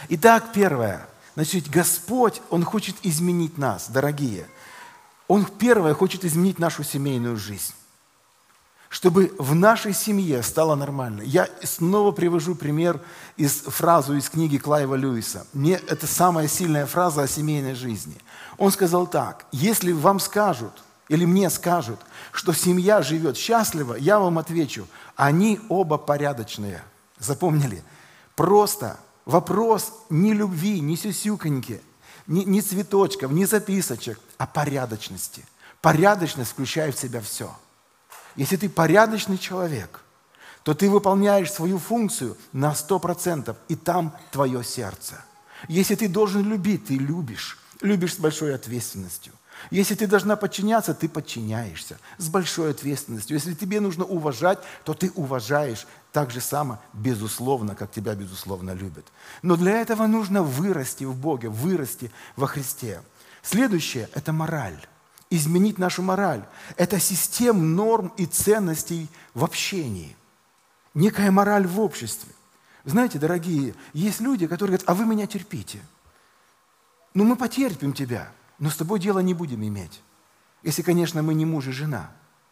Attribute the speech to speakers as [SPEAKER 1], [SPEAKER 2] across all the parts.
[SPEAKER 1] Итак, первое. Значит, Господь, Он хочет изменить нас, дорогие. Он, первое, хочет изменить нашу семейную жизнь, чтобы в нашей семье стало нормально. Я снова привожу пример фразу из книги Клайва Льюиса. Это самая сильная фраза о семейной жизни. Он сказал так: если вам скажут, или мне скажут, что семья живет счастливо, я вам отвечу: они оба порядочные. Запомнили? Просто вопрос не любви, не сюсюканьки, не цветочков, не записочек, а порядочности. Порядочность включает в себя все. Если ты порядочный человек, то ты выполняешь свою функцию на 100%, и там твое сердце. Если ты должен любить, ты любишь. Любишь с большой ответственностью. Если ты должна подчиняться, ты подчиняешься с большой ответственностью. Если тебе нужно уважать, то ты уважаешь так же само, безусловно, как тебя, безусловно, любят. Но для этого нужно вырасти в Боге, вырасти во Христе. Следующее – это мораль. Изменить нашу мораль. Это система норм и ценностей в общении. Некая мораль в обществе. Знаете, дорогие, есть люди, которые говорят: а вы меня терпите. Ну, мы потерпим тебя, но с тобой дела не будем иметь. Если, конечно, мы не муж и жена.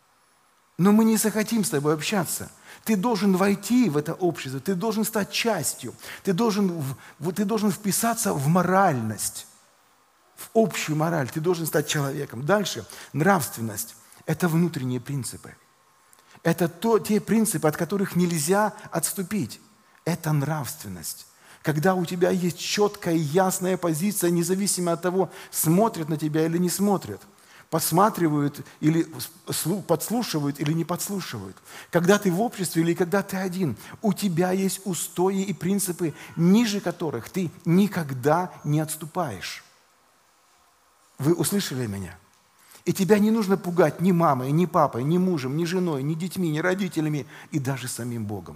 [SPEAKER 1] Но мы не захотим с тобой общаться. Ты должен войти в это общество, ты должен стать частью, ты должен вписаться в моральность, в общую мораль, ты должен стать человеком. Дальше, нравственность – это внутренние принципы. Это те принципы, от которых нельзя отступить. Это нравственность. Когда у тебя есть четкая, ясная позиция, независимо от того, смотрят на тебя или не смотрят, подсматривают или подслушивают или не подслушивают. Когда ты в обществе или когда ты один, у тебя есть устои и принципы, ниже которых ты никогда не отступаешь. Вы услышали меня? И тебя не нужно пугать ни мамой, ни папой, ни мужем, ни женой, ни детьми, ни родителями и даже самим Богом.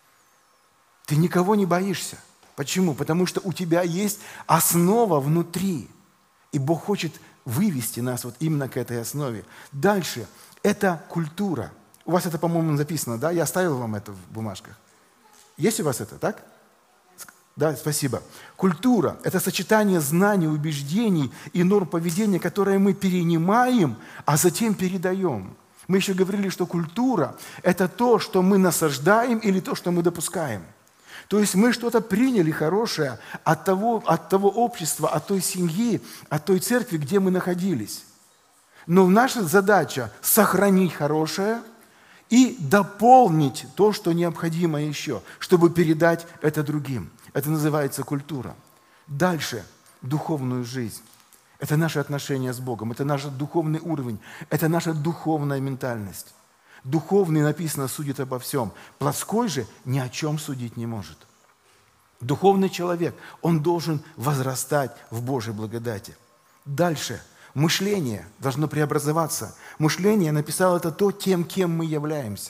[SPEAKER 1] Ты никого не боишься. Почему? Потому что у тебя есть основа внутри. И Бог хочет вывести нас вот именно к этой основе. Дальше. Это культура. У вас это, по-моему, записано, да? Я оставил вам это в бумажках. Есть у вас это, так? Да, спасибо. Культура – это сочетание знаний, убеждений и норм поведения, которые мы перенимаем, а затем передаем. Мы еще говорили, что культура – это то, что мы насаждаем или то, что мы допускаем. То есть мы что-то приняли хорошее от того общества, от той семьи, от той церкви, где мы находились. Но наша задача – сохранить хорошее и дополнить то, что необходимо еще, чтобы передать это другим. Это называется культура. Дальше – духовную жизнь. Это наши отношения с Богом, это наш духовный уровень, это наша духовная ментальность. Духовный, написано, судит обо всем. Плотской же ни о чем судить не может. Духовный человек, он должен возрастать в Божьей благодати. Дальше. Мышление должно преобразоваться. Мышление, написал это то, кем мы являемся.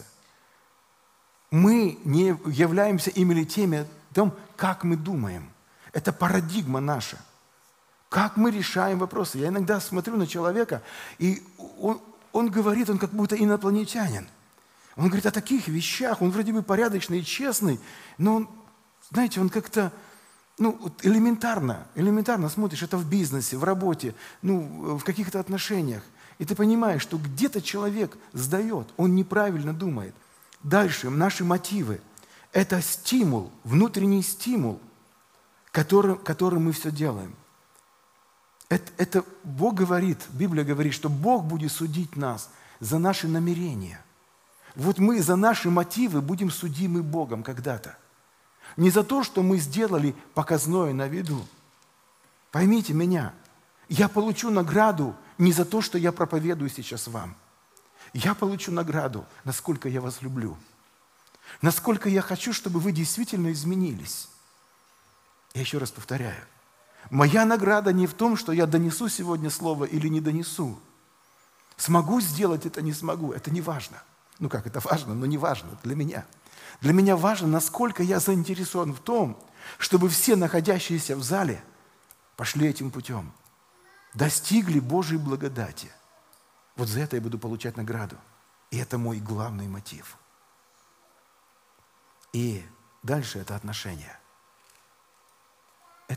[SPEAKER 1] Мы не являемся именно тем, как мы думаем. Это парадигма наша. Как мы решаем вопросы. Я иногда смотрю на человека, и он говорит, он как будто инопланетянин. Он говорит о таких вещах, он вроде бы порядочный и честный, но он, знаете, он как-то элементарно смотришь, это в бизнесе, в работе, в каких-то отношениях. И ты понимаешь, что где-то человек сдает, он неправильно думает. Дальше, наши мотивы. Это стимул, внутренний стимул, которым мы все делаем. Это Бог говорит, Библия говорит, что Бог будет судить нас за наши намерения. Вот мы за наши мотивы будем судимы Богом когда-то. Не за то, что мы сделали показное на виду. Поймите меня, я получу награду не за то, что я проповедую сейчас вам. Я получу награду, насколько я вас люблю. Насколько я хочу, чтобы вы действительно изменились. Я еще раз повторяю. Моя награда не в том, что я донесу сегодня слово или не донесу. Смогу сделать это, не смогу. Это не важно. Это важно, но не важно для меня. Для меня важно, насколько я заинтересован в том, чтобы все находящиеся в зале пошли этим путем. Достигли Божьей благодати. Вот за это я буду получать награду. И это мой главный мотив. И дальше это отношения.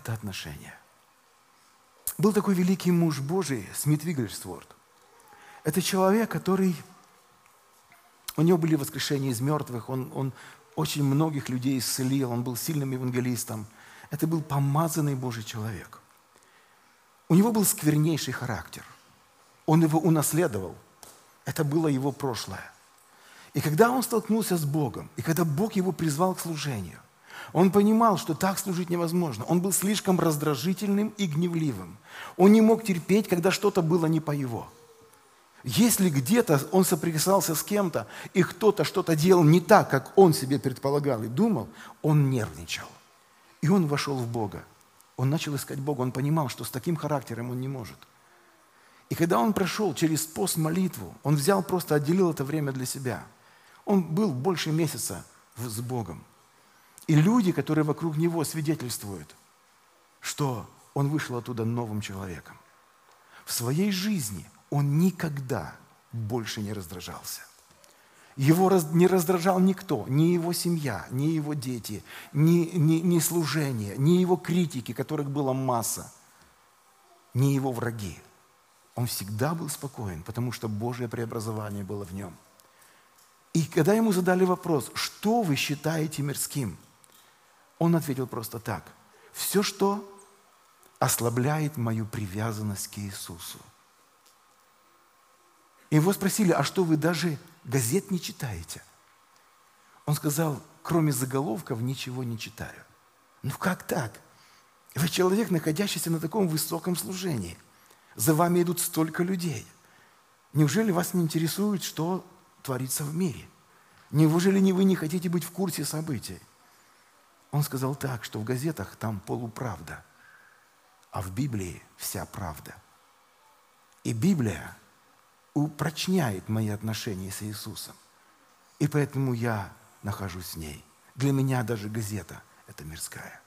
[SPEAKER 1] это отношения. Был такой великий муж Божий, Смит Вигглсворт. Это человек, который... У него были воскрешения из мертвых, он очень многих людей исцелил, он был сильным евангелистом. Это был помазанный Божий человек. У него был сквернейший характер. Он его унаследовал. Это было его прошлое. И когда он столкнулся с Богом, и когда Бог его призвал к служению, он понимал, что так служить невозможно. Он был слишком раздражительным и гневливым. Он не мог терпеть, когда что-то было не по его. Если где-то он соприкасался с кем-то, и кто-то что-то делал не так, как он себе предполагал и думал, он нервничал. И он вошел в Бога. Он начал искать Бога. Он понимал, что с таким характером он не может. И когда он прошел через пост, молитву, он взял, просто отделил это время для себя. Он был больше месяца с Богом. И люди, которые вокруг него, свидетельствуют, что он вышел оттуда новым человеком. В своей жизни он никогда больше не раздражался. Его не раздражал никто, ни его семья, ни его дети, ни служение, ни его критики, которых была масса, ни его враги. Он всегда был спокоен, потому что Божье преобразование было в нем. И когда ему задали вопрос, что вы считаете мирским, он ответил просто так: все, что ослабляет мою привязанность к Иисусу. И его спросили, а что вы даже газет не читаете? Он сказал, кроме заголовков ничего не читаю. Ну как так? Вы человек, находящийся на таком высоком служении. За вами идут столько людей. Неужели вас не интересует, что творится в мире? Неужели вы не хотите быть в курсе событий? Он сказал так, что в газетах там полуправда, а в Библии вся правда. И Библия упрочняет мои отношения с Иисусом. И поэтому я нахожусь в ней. Для меня даже газета – это мирская.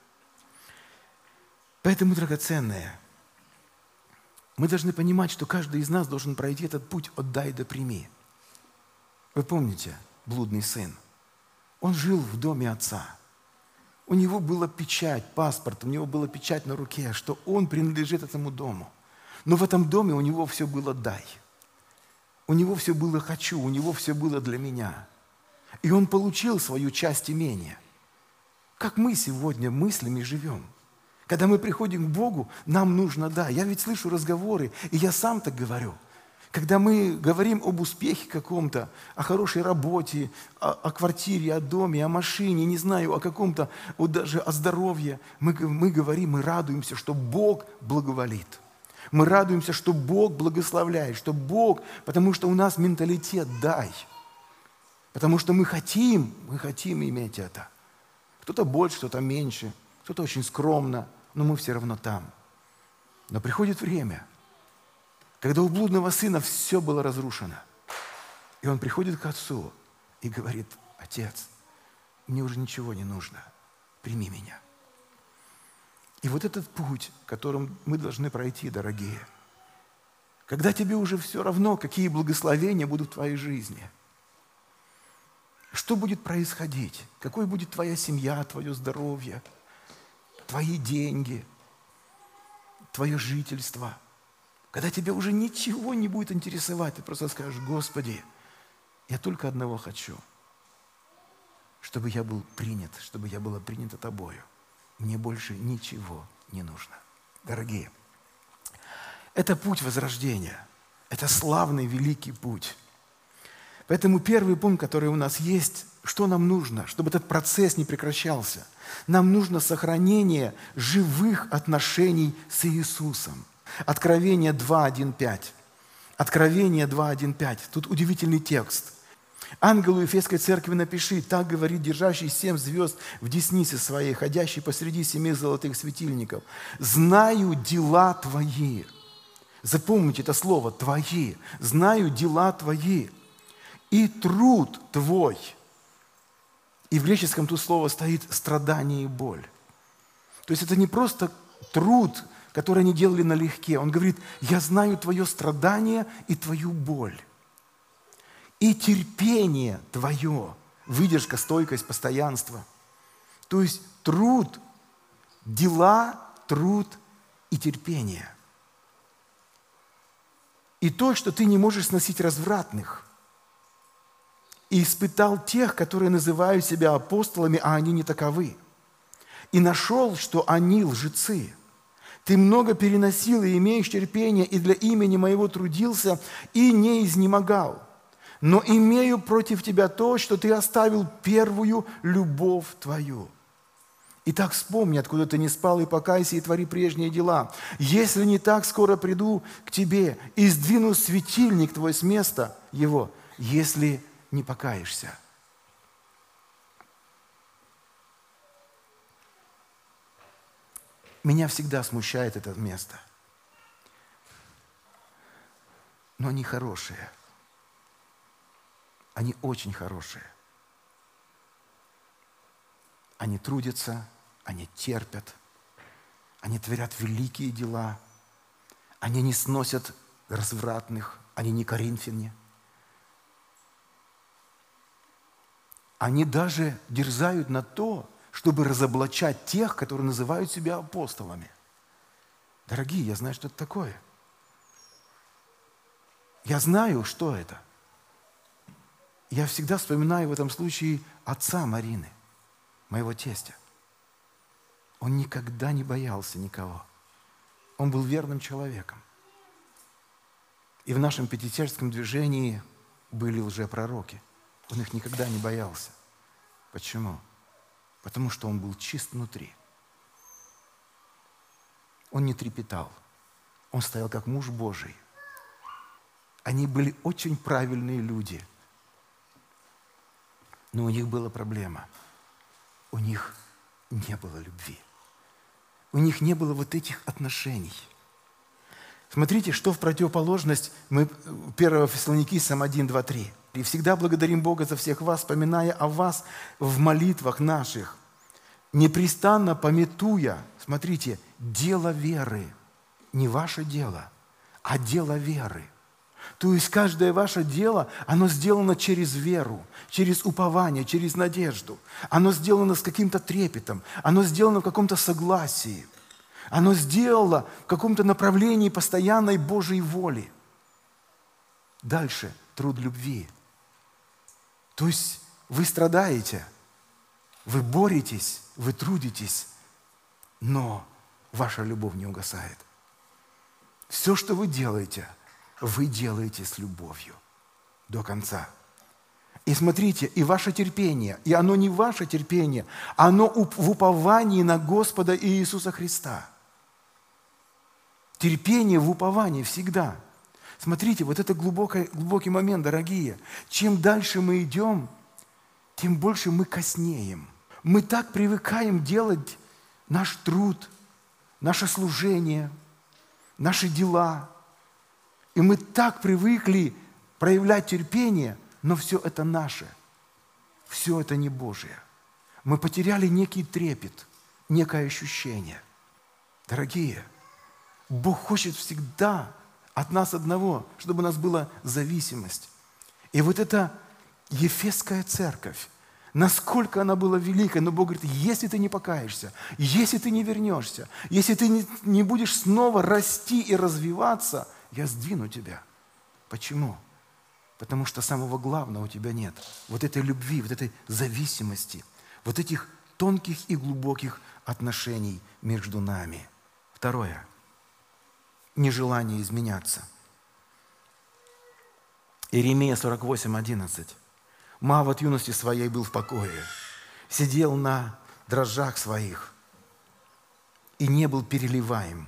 [SPEAKER 1] Поэтому, драгоценные, мы должны понимать, что каждый из нас должен пройти этот путь от «дай до прими». Вы помните, блудный сын? Он жил в доме отца. У него была печать, паспорт, у него была печать на руке, что он принадлежит этому дому. Но в этом доме у него все было «дай». У него все было «хочу», у него все было для меня. И он получил свою часть имения. Как мы сегодня мыслим и живем? Когда мы приходим к Богу, нам нужно «да». Я ведь слышу разговоры, и я сам так говорю. Когда мы говорим об успехе каком-то, о хорошей работе, о квартире, о доме, о машине, не знаю, о каком-то, вот даже о здоровье, мы говорим, мы радуемся, что Бог благоволит. Мы радуемся, что Бог благословляет, что Бог, потому что у нас менталитет «дай». Потому что мы хотим иметь это. Кто-то больше, кто-то меньше, кто-то очень скромно, но мы все равно там. Но приходит время, когда у блудного сына все было разрушено. И он приходит к отцу и говорит: «Отец, мне уже ничего не нужно, прими меня». И вот этот путь, которым мы должны пройти, дорогие, когда тебе уже все равно, какие благословения будут в твоей жизни, что будет происходить, какой будет твоя семья, твое здоровье, твои деньги, твое жительство, когда тебя уже ничего не будет интересовать, ты просто скажешь: «Господи, я только одного хочу, чтобы я был принят, чтобы я была принята Тобою. Мне больше ничего не нужно». Дорогие, это путь возрождения. Это славный, великий путь. Поэтому первый пункт, который у нас есть, что нам нужно, чтобы этот процесс не прекращался? Нам нужно сохранение живых отношений с Иисусом. Откровение 2:1-5. Откровение 2:1-5. Тут удивительный текст. «Ангелу Ефесской церкви напиши, так говорит держащий 7 звезд в деснице своей, ходящий посреди 7 золотых светильников. Знаю дела твои». Запомните это слово «твои». «Знаю дела твои и труд твой». И в греческом тут слово стоит «страдание и боль». То есть это не просто труд, который они делали налегке. Он говорит: «Я знаю твое страдание и твою боль. И терпение твое», выдержка, стойкость, постоянство. То есть труд, дела труд и терпение. И то, что ты не можешь сносить развратных, и испытал тех, которые называют себя апостолами, а они не таковы, и нашел, что они лжецы. Ты много переносил и имеешь терпение, и для имени моего трудился, и не изнемогал. Но имею против тебя то, что ты оставил первую любовь твою. Итак, вспомни, откуда ты не спал, и покайся, и твори прежние дела. Если не так, скоро приду к тебе и сдвину светильник твой с места его, если не покаешься. Меня всегда смущает это место. Но они хорошие. Они очень хорошие. Они трудятся, они терпят, они творят великие дела, они не сносят развратных, они не коринфяне. Они даже дерзают на то, чтобы разоблачать тех, которые называют себя апостолами. Дорогие, я знаю, что это такое. Я знаю, что это. Я всегда вспоминаю в этом случае отца Марины, моего тестя. Он никогда не боялся никого. Он был верным человеком. И в нашем пятидесятническом движении были лжепророки. Он их никогда не боялся. Почему? Потому что он был чист внутри. Он не трепетал. Он стоял как муж Божий. Они были очень правильные люди. Но у них была проблема. У них не было любви. У них не было вот этих отношений. Смотрите, что в противоположность мы 1 Фессалоникийцам 1, 2, 3. «И всегда благодарим Бога за всех вас, вспоминая о вас в молитвах наших, непрестанно памятуя, смотрите, дело веры, не ваше дело, а дело веры». То есть каждое ваше дело, оно сделано через веру, через упование, через надежду. Оно сделано с каким-то трепетом, оно сделано в каком-то согласии. Оно сделано в каком-то направлении постоянной Божьей воли. Дальше труд любви. То есть вы страдаете, вы боретесь, вы трудитесь, но ваша любовь не угасает. Все, что вы делаете с любовью до конца. И смотрите, и ваше терпение, и оно не ваше терпение, оно в уповании на Господа Иисуса Христа. Терпение в уповании всегда. Смотрите, вот это глубокий момент, дорогие. Чем дальше мы идем, тем больше мы коснеем. Мы так привыкаем делать наш труд, наше служение, наши дела. И мы так привыкли проявлять терпение, но все это наше. Все это не Божие. Мы потеряли некий трепет, некое ощущение. Дорогие, Бог хочет всегда от нас одного, чтобы у нас была зависимость. И вот эта Ефесская церковь, насколько она была великой, но Бог говорит, если ты не покаешься, если ты не вернешься, если ты не будешь снова расти и развиваться, я сдвину тебя. Почему? Потому что самого главного у тебя нет. Вот этой любви, вот этой зависимости, вот этих тонких и глубоких отношений между нами. Второе. Нежелание изменяться. Иеремия 48, 11. Мав от юности своей был в покое, сидел на дрожжах своих и не был переливаем.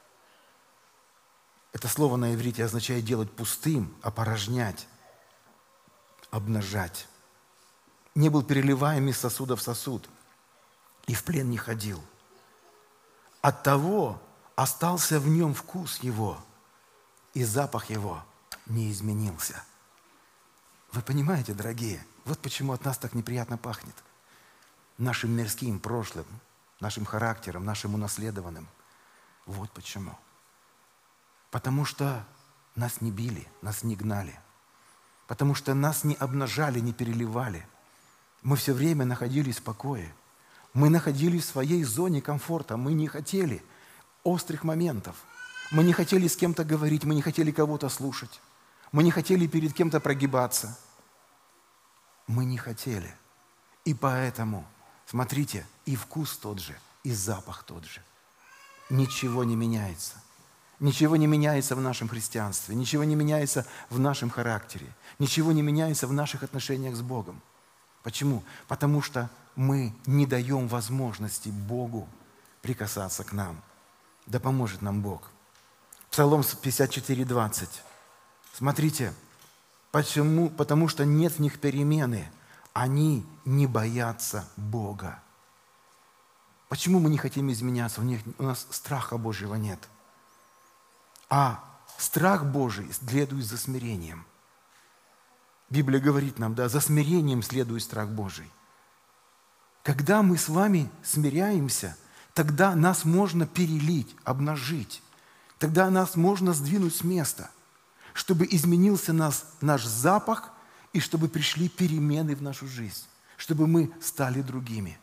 [SPEAKER 1] Это слово на иврите означает делать пустым, опорожнять, обнажать. Не был переливаем из сосуда в сосуд и в плен не ходил. Оттого остался в нем вкус его, и запах его не изменился. Вы понимаете, дорогие, вот почему от нас так неприятно пахнет. Нашим мирским прошлым, нашим характером, нашим унаследованным. Вот почему. Потому что нас не били, нас не гнали. Потому что нас не обнажали, не переливали. Мы все время находились в покое. Мы находились в своей зоне комфорта. Мы не хотели острых моментов. Мы не хотели с кем-то говорить, мы не хотели кого-то слушать. Мы не хотели перед кем-то прогибаться. Мы не хотели. И поэтому, смотрите, и вкус тот же, и запах тот же. Ничего не меняется. Ничего не меняется в нашем христианстве, ничего не меняется в нашем характере, ничего не меняется в наших отношениях с Богом. Почему? Потому что мы не даем возможности Богу прикасаться к нам. Да поможет нам Бог. Псалом 54:20. Смотрите, почему? Потому что нет в них перемены. Они не боятся Бога. Почему мы не хотим изменяться? У нас страха Божьего нет. А страх Божий следует за смирением. Библия говорит нам, да, за смирением следует страх Божий. Когда мы с вами смиряемся, тогда нас можно перелить, обнажить. Тогда нас можно сдвинуть с места, чтобы изменился наш запах и чтобы пришли перемены в нашу жизнь, чтобы мы стали другими.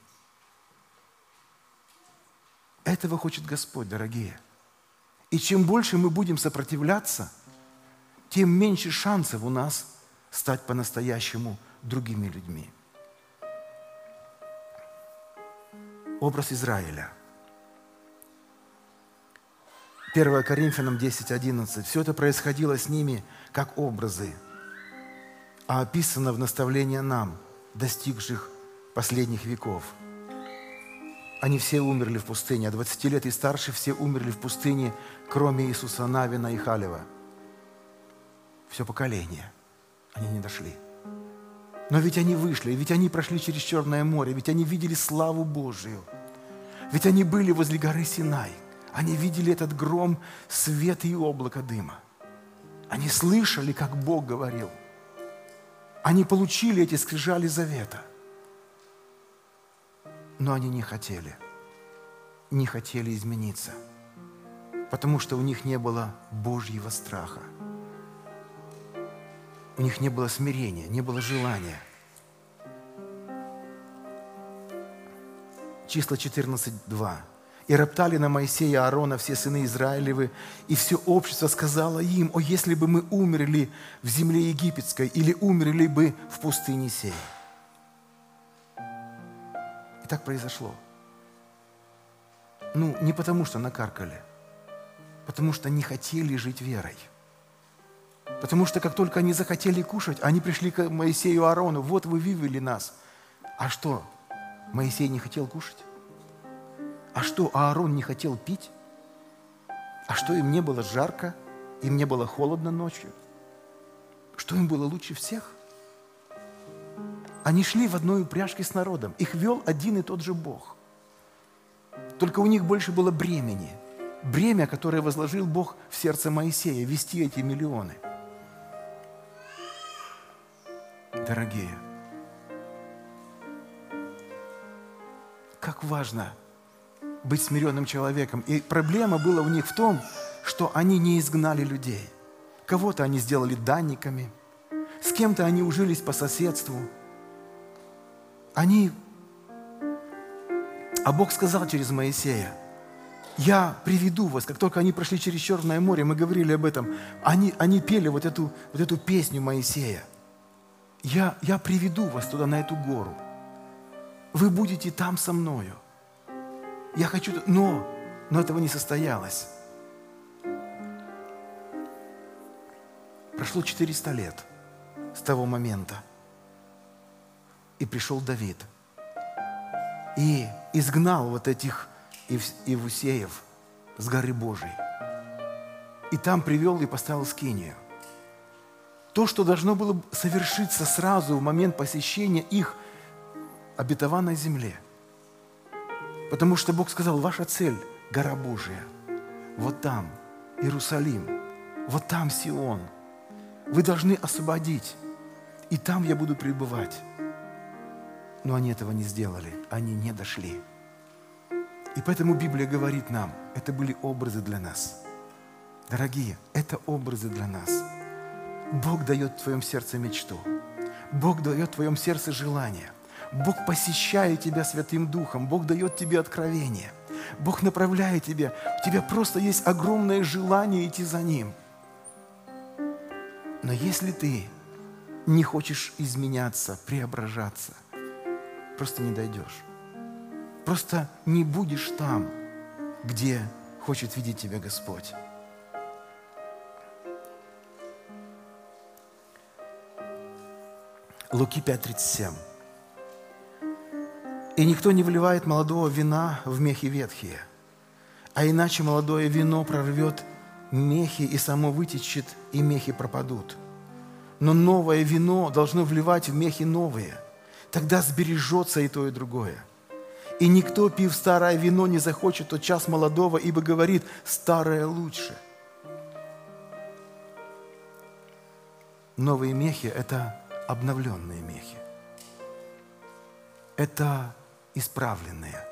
[SPEAKER 1] Этого хочет Господь, дорогие. И чем больше мы будем сопротивляться, тем меньше шансов у нас стать по-настоящему другими людьми. Образ Израиля. 1 Коринфянам 10:11. Все это происходило с ними как образы, а описано в наставлении нам, достигших последних веков. Они все умерли в пустыне, а 20 лет и старше все умерли в пустыне, кроме Иисуса Навина и Халева. Все поколение. Они не дошли. Но ведь они вышли, ведь они прошли через Черное море, ведь они видели славу Божию. Ведь они были возле горы Синай. Они видели этот гром, свет и облако дыма. Они слышали, как Бог говорил. Они получили эти скрижали завета. Но они не хотели измениться, потому что у них не было Божьего страха. У них не было смирения, не было желания. Числа 14:2. «И роптали на Моисея и Аарона все сыны Израилевы, и все общество сказало им: о, если бы мы умерли в земле египетской, или умерли бы в пустыне сей». И так произошло. Не потому что накаркали, потому что не хотели жить верой. Потому что как только они захотели кушать, они пришли к Моисею и Аарону: вот вы вывели нас. А что, Моисей не хотел кушать? А что, Аарон не хотел пить? А что, им не было жарко? Им не было холодно ночью? Что им было лучше всех? Они шли в одной упряжке с народом. Их вел один и тот же Бог. Только у них больше было бремени. Бремя, которое возложил Бог в сердце Моисея, вести эти миллионы. Дорогие, как важно быть смиренным человеком. И проблема была у них в том, что они не изгнали людей. Кого-то они сделали данниками, с кем-то они ужились по соседству. А Бог сказал через Моисея: я приведу вас. Как только они прошли через Черное море, мы говорили об этом, они пели вот эту песню Моисея. Я приведу вас туда, на эту гору. Вы будете там со мною. Я хочу, но этого не состоялось. Прошло 400 лет с того момента. И пришел Давид. И изгнал вот этих Иевусеев с горы Божией. И там привел и поставил скинию. То, что должно было совершиться сразу в момент посещения их обетованной земле. Потому что Бог сказал: ваша цель – гора Божия. Вот там Иерусалим, вот там Сион. Вы должны освободить, и там я буду пребывать. Но они этого не сделали, они не дошли. И поэтому Библия говорит нам, это были образы для нас. Дорогие, это образы для нас. Бог дает в твоем сердце мечту. Бог дает в твоем сердце желание. Бог посещает тебя Святым Духом. Бог дает тебе откровение. Бог направляет тебя. У тебя просто есть огромное желание идти за Ним. Но если ты не хочешь изменяться, преображаться, просто не дойдешь. Просто не будешь там, где хочет видеть тебя Господь. Луки 5:37. «И никто не вливает молодого вина в мехи ветхие, а иначе молодое вино прорвет мехи, и само вытечет, и мехи пропадут. Но новое вино должно вливать в мехи новые, тогда сбережется и то, и другое. И никто, пив старое вино, не захочет тотчас молодого, ибо говорит, старое лучше». Новые мехи – это обновленные мехи. Это исправленные.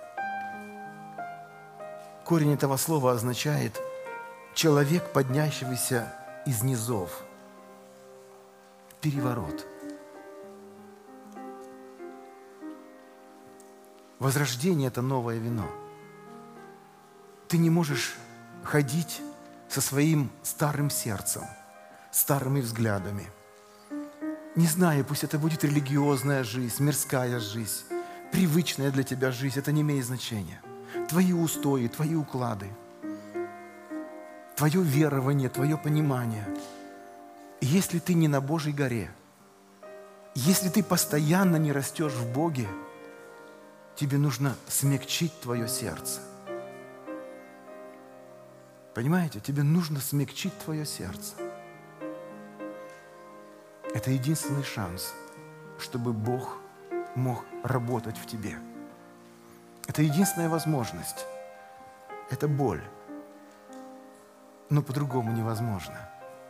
[SPEAKER 1] Корень этого слова означает «человек, поднящийся из низов». Переворот. Возрождение – это новое вино. Ты не можешь ходить со своим старым сердцем, старыми взглядами, не зная, пусть это будет религиозная жизнь, мирская жизнь, привычная для тебя жизнь, это не имеет значения. Твои устои, твои уклады, твое верование, твое понимание. Если ты не на Божьей горе, если ты постоянно не растешь в Боге, тебе нужно смягчить твое сердце. Понимаете? Тебе нужно смягчить твое сердце. Это единственный шанс, чтобы Бог мог работать в тебе. Это единственная возможность. Это боль. Но по-другому невозможно.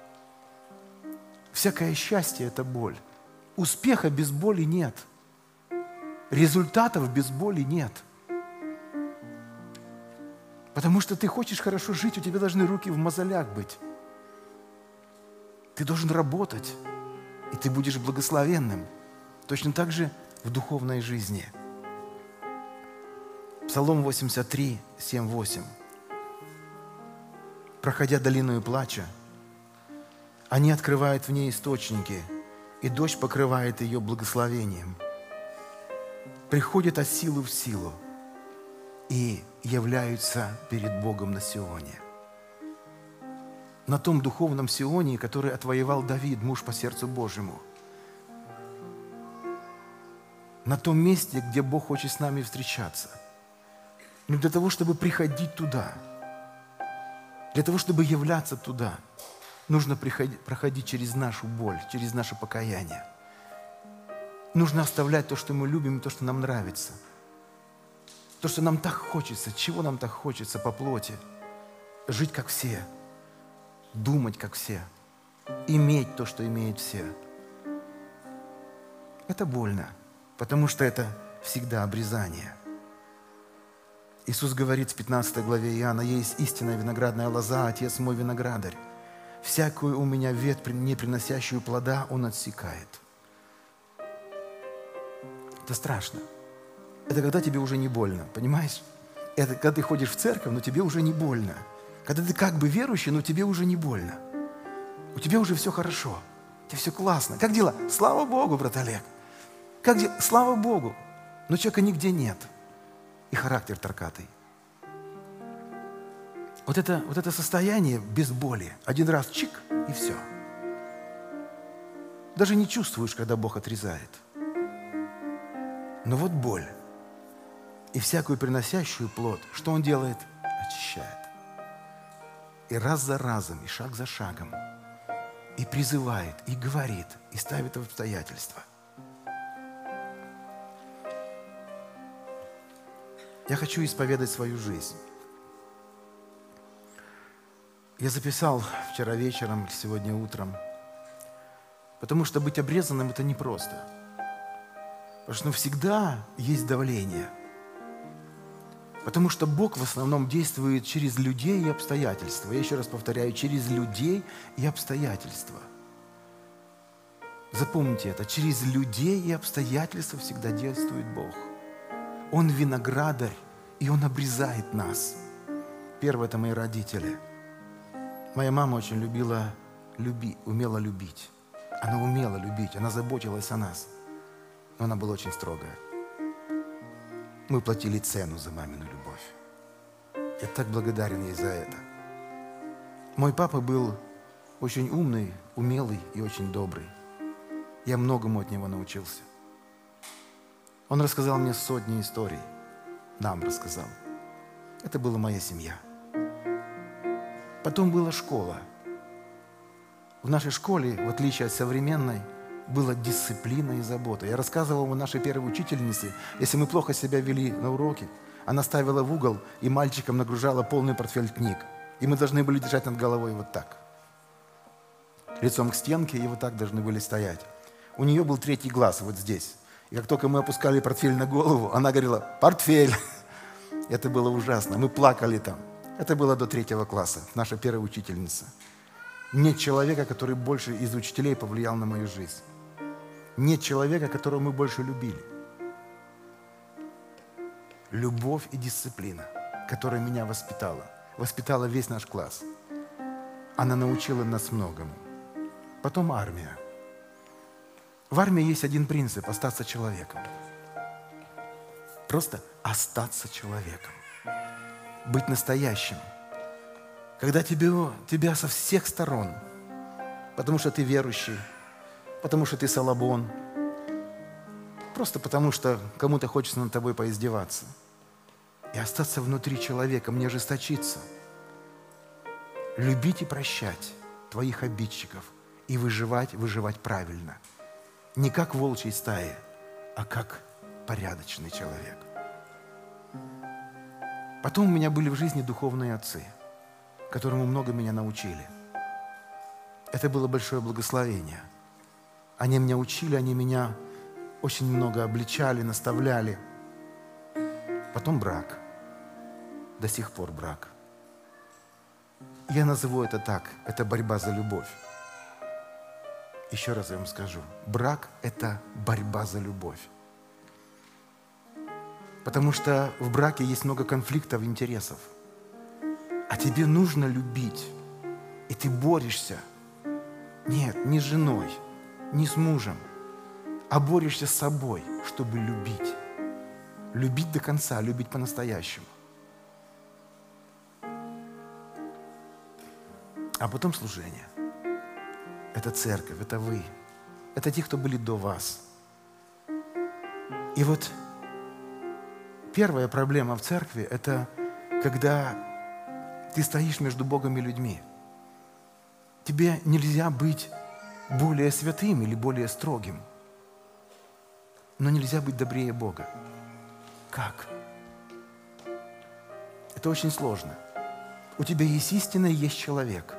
[SPEAKER 1] Всякое счастье – это боль. Успеха без боли нет. Результатов без боли нет. Потому что ты хочешь хорошо жить, у тебя должны руки в мозолях быть. Ты должен работать, и ты будешь благословенным. Точно так же в духовной жизни. Псалом 83, 7-8. «Проходя долиною плача, они открывают в ней источники, и дождь покрывает ее благословением. Приходят от силы в силу и являются перед Богом на Сионе». На том духовном Сионе, который отвоевал Давид, муж по сердцу Божьему. На том месте, где Бог хочет с нами встречаться. Но для того, чтобы приходить туда, для того, чтобы являться туда, нужно проходить через нашу боль, через наше покаяние. Нужно оставлять то, что мы любим, и то, что нам нравится. То, что нам так хочется, чего нам так хочется по плоти. Жить, как все. Думать, как все. Иметь то, что имеют все. Это больно, потому что это всегда обрезание. Иисус говорит в 15 главе Иоанна: «Есть истинная виноградная лоза, Отец мой виноградарь. Всякую у меня ветвь, не приносящую плода, Он отсекает». Это страшно. Это когда тебе уже не больно, понимаешь? Это когда ты ходишь в церковь, но тебе уже не больно. Когда ты как бы верующий, но тебе уже не больно. У тебя уже все хорошо. У тебя все классно. Как дела? Слава Богу, брат Олег. Как дела? Слава Богу. Но человека нигде нет. И характер таркатый. Вот это состояние без боли. Один раз чик, и все. Даже не чувствуешь, когда Бог отрезает. Но вот боль. И всякую приносящую плод, что Он делает? Очищает. И раз за разом, и шаг за шагом. И призывает, и говорит, и ставит в обстоятельства. Я хочу исповедать свою жизнь. Я записал вчера вечером, сегодня утром. Потому что быть обрезанным – это непросто. Потому что всегда есть давление. Потому что Бог в основном действует через людей и обстоятельства. Я еще раз повторяю, через людей и обстоятельства. Запомните это. Через людей и обстоятельства всегда действует Бог. Он виноградарь, И Он обрезает нас. Первое – это мои родители. Моя мама очень умела любить. Она умела любить, она заботилась о нас. Но она была очень строгая. Мы платили цену за мамину любовь. Я так благодарен ей за это. Мой папа был очень умный, умелый и очень добрый. Я многому от него научился. Он рассказал мне сотни историй. Нам рассказал. Это была моя семья. Потом была школа. В нашей школе, в отличие от современной, была дисциплина и забота. Я рассказывал вам о нашей первой учительнице. Если мы плохо себя вели на уроке, она ставила в угол и мальчикам нагружала полный портфель книг. И мы должны были держать над головой вот так. Лицом к стенке и вот так должны были стоять. У нее был третий глаз вот здесь. И как только мы опускали портфель на голову, она говорила: «Портфель!» Это было ужасно. Мы плакали там. Это было до 3 класса, наша первая учительница. Нет человека, который больше из учителей повлиял на мою жизнь. Нет человека, которого мы больше любили. Любовь и дисциплина, которая меня воспитала весь наш класс. Она научила нас многому. Потом армия. В армии есть один принцип – остаться человеком. Просто остаться человеком. Быть настоящим. Когда тебя со всех сторон, потому что ты верующий, потому что ты салабон, просто потому что кому-то хочется над тобой поиздеваться. И остаться внутри человеком, не ожесточиться. Любить и прощать твоих обидчиков и выживать правильно. Не как в волчьей стае, а как порядочный человек. Потом у меня были в жизни духовные отцы, которому много меня научили. Это было большое благословение. Они меня учили, они меня очень много обличали, наставляли. Потом брак. До сих пор брак. Я назову это так. Это борьба за любовь. Еще раз я вам скажу. Брак – это борьба за любовь. Потому что в браке есть много конфликтов, интересов. А тебе нужно любить. И ты борешься. Нет, не с женой, не с мужем, а борешься с собой, чтобы любить. Любить до конца, любить по-настоящему. А потом служение. Это церковь, это вы. Это те, кто были до вас. И вот первая проблема в церкви – это когда ты стоишь между Богом и людьми. Тебе нельзя быть более святым или более строгим. Но нельзя быть добрее Бога. Как? Это очень сложно. У тебя есть истина и есть человек.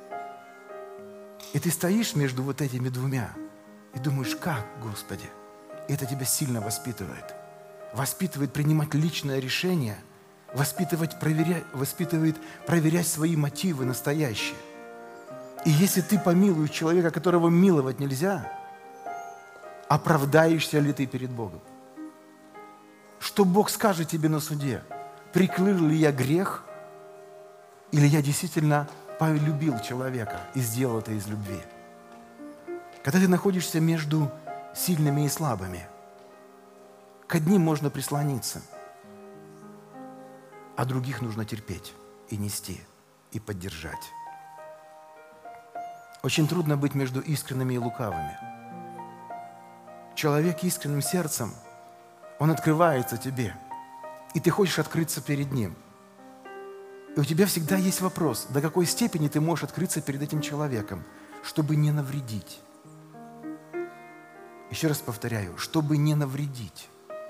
[SPEAKER 1] И ты стоишь между вот этими двумя и думаешь: как, Господи? И это тебя сильно воспитывает. Воспитывает принимать личное решение, воспитывает проверять свои мотивы настоящие. И если ты помилуешь человека, которого миловать нельзя, оправдаешься ли ты перед Богом? Что Бог скажет тебе на суде? Прикрыл ли я грех? Или я действительно полюбил человека и сделал это из любви? Когда ты находишься между сильными и слабыми, к одним можно прислониться, а других нужно терпеть и нести, и поддержать. Очень трудно быть между искренними и лукавыми. Человек искренним сердцем, он открывается тебе, и ты хочешь открыться перед ним. И у тебя всегда есть вопрос, до какой степени ты можешь открыться перед этим человеком, чтобы не навредить. Еще раз повторяю, чтобы не навредить.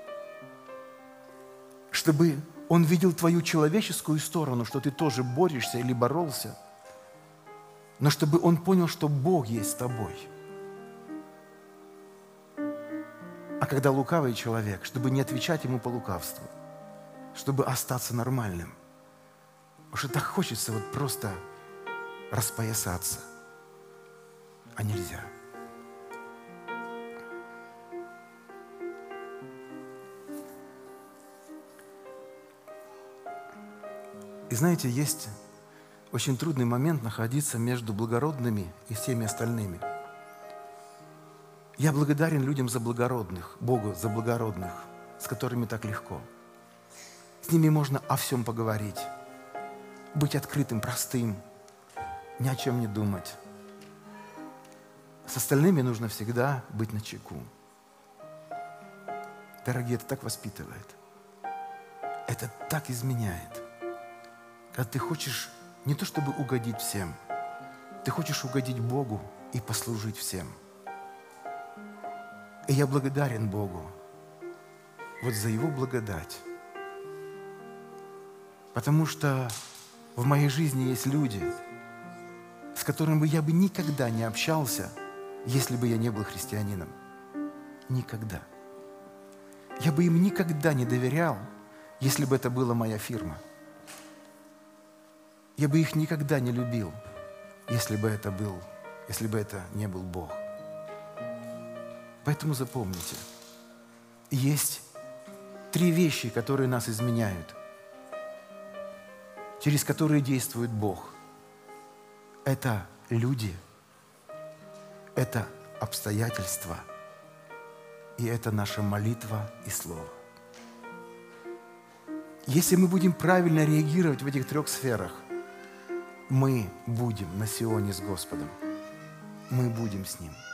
[SPEAKER 1] Чтобы он видел твою человеческую сторону, что ты тоже борешься или боролся, но чтобы он понял, что Бог есть с тобой. А когда лукавый человек, чтобы не отвечать ему по лукавству, чтобы остаться нормальным, потому что так хочется вот просто распоясаться, а нельзя. И знаете, есть очень трудный момент находиться между благородными и всеми остальными. Я благодарен людям за благородных, Богу за благородных, с которыми так легко. С ними можно о всем поговорить, быть открытым, простым, ни о чем не думать. С остальными нужно всегда быть начеку. Дорогие, это так воспитывает. Это так изменяет. Когда ты хочешь не то чтобы угодить всем, ты хочешь угодить Богу и послужить всем. И я благодарен Богу вот за Его благодать. Потому что в моей жизни есть люди, с которыми я бы никогда не общался, если бы я не был христианином. Никогда. Я бы им никогда не доверял, если бы это была моя фирма. Я бы их никогда не любил, если бы это не был Бог. Поэтому запомните, есть 3 вещи, которые нас изменяют, через которые действует Бог. Это люди, это обстоятельства, и это наша молитва и слово. Если мы будем правильно реагировать в этих 3 сферах, мы будем на Сионе с Господом. Мы будем с Ним.